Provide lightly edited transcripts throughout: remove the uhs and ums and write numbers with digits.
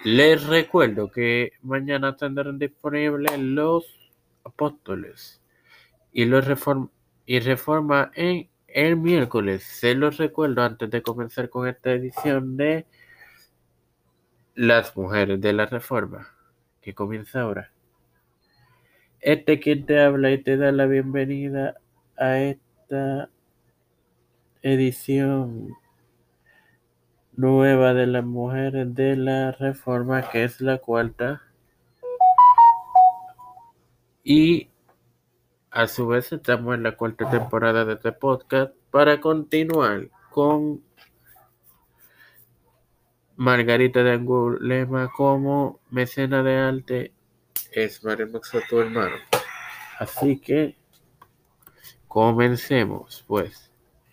Les recuerdo que mañana tendrán disponibles los apóstoles y reforma en el miércoles. Se los recuerdo antes de comenzar con esta edición de Las Mujeres de la Reforma, que comienza ahora. Quien te habla y te da la bienvenida a esta edición nueva de Las Mujeres de la Reforma, que es la cuarta. Y a su vez estamos en la cuarta temporada de este podcast para continuar con Margarita de Angulema como mecena de arte. Es Mario Moxo, tu hermano. Así que comencemos, pues.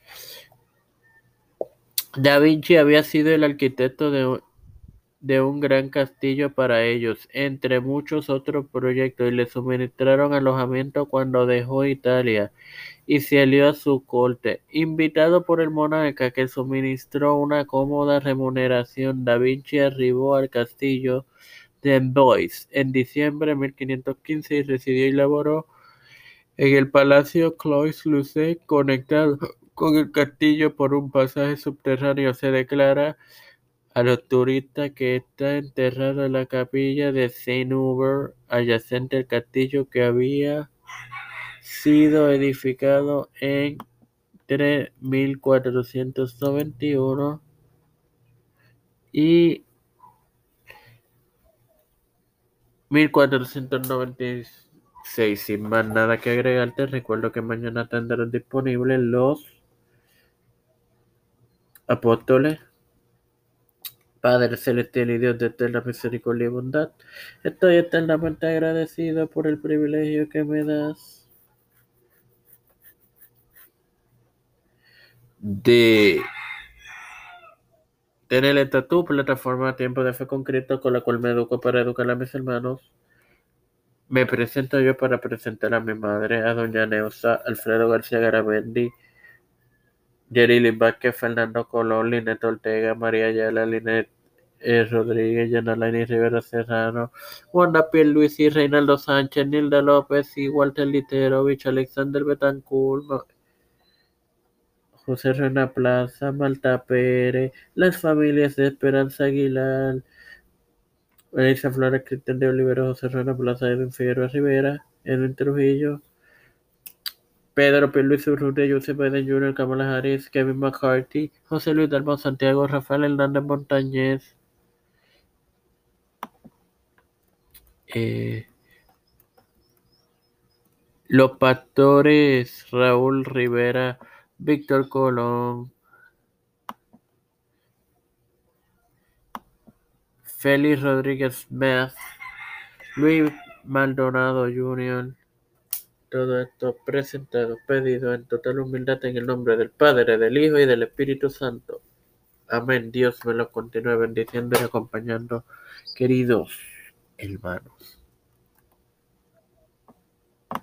Da Vinci había sido el arquitecto de un gran castillo para ellos, entre muchos otros proyectos, y le suministraron alojamiento cuando dejó Italia y se alió a su corte. Invitado por el monarca, que suministró una cómoda remuneración, Da Vinci arribó al castillo de Amboise en diciembre de 1515 y residió y laboró en el Palacio Clois-Lucé, conectado con el castillo por un pasaje subterráneo. Se declara a los turistas que está enterrado en la capilla de Saint-Hubert, adyacente al castillo, que había sido edificado entre 1491 y 1496. Sin más nada que agregar, te recuerdo que mañana tendrán disponibles los apóstoles, Padre Celestial y Dios de eterna misericordia y bondad. Estoy eternamente agradecido por el privilegio que me das de tener esta tu plataforma Tiempo de Fe con Cristo, con la cual me educo para educar a mis hermanos. Me presento yo para presentar a mi madre, a doña Neusa, Alfredo García Garamendi, Yerili Vázquez, Fernando Colón, Linet Ortega, María Ayala, Linet Rodríguez, Yanalaini Rivera Serrano, Wanda Pierluisi, Reinaldo Sánchez, Nilda López y Walter Literovich, Alexander Betancourt, José Rena Plaza, Malta Pérez, las familias de Esperanza Aguilar, Elisa Flores, Cristian de Olivero, José Rena Plaza, Edwin Figueroa Rivera, Edwin Trujillo, Pedro Pierluisi Urrutia, Joseph Biden Jr., Kamala Harris, Kevin McCarthy, José Luis Dalmau Santiago, Rafael Hernández Montañez, los pastores Raúl Rivera, Víctor Colón, Félix Rodríguez Smith, Luis Maldonado Jr., todo esto presentado, pedido en total humildad en el nombre del Padre, del Hijo y del Espíritu Santo. Amén. Dios me los continúe bendiciendo y acompañando, queridos hermanos.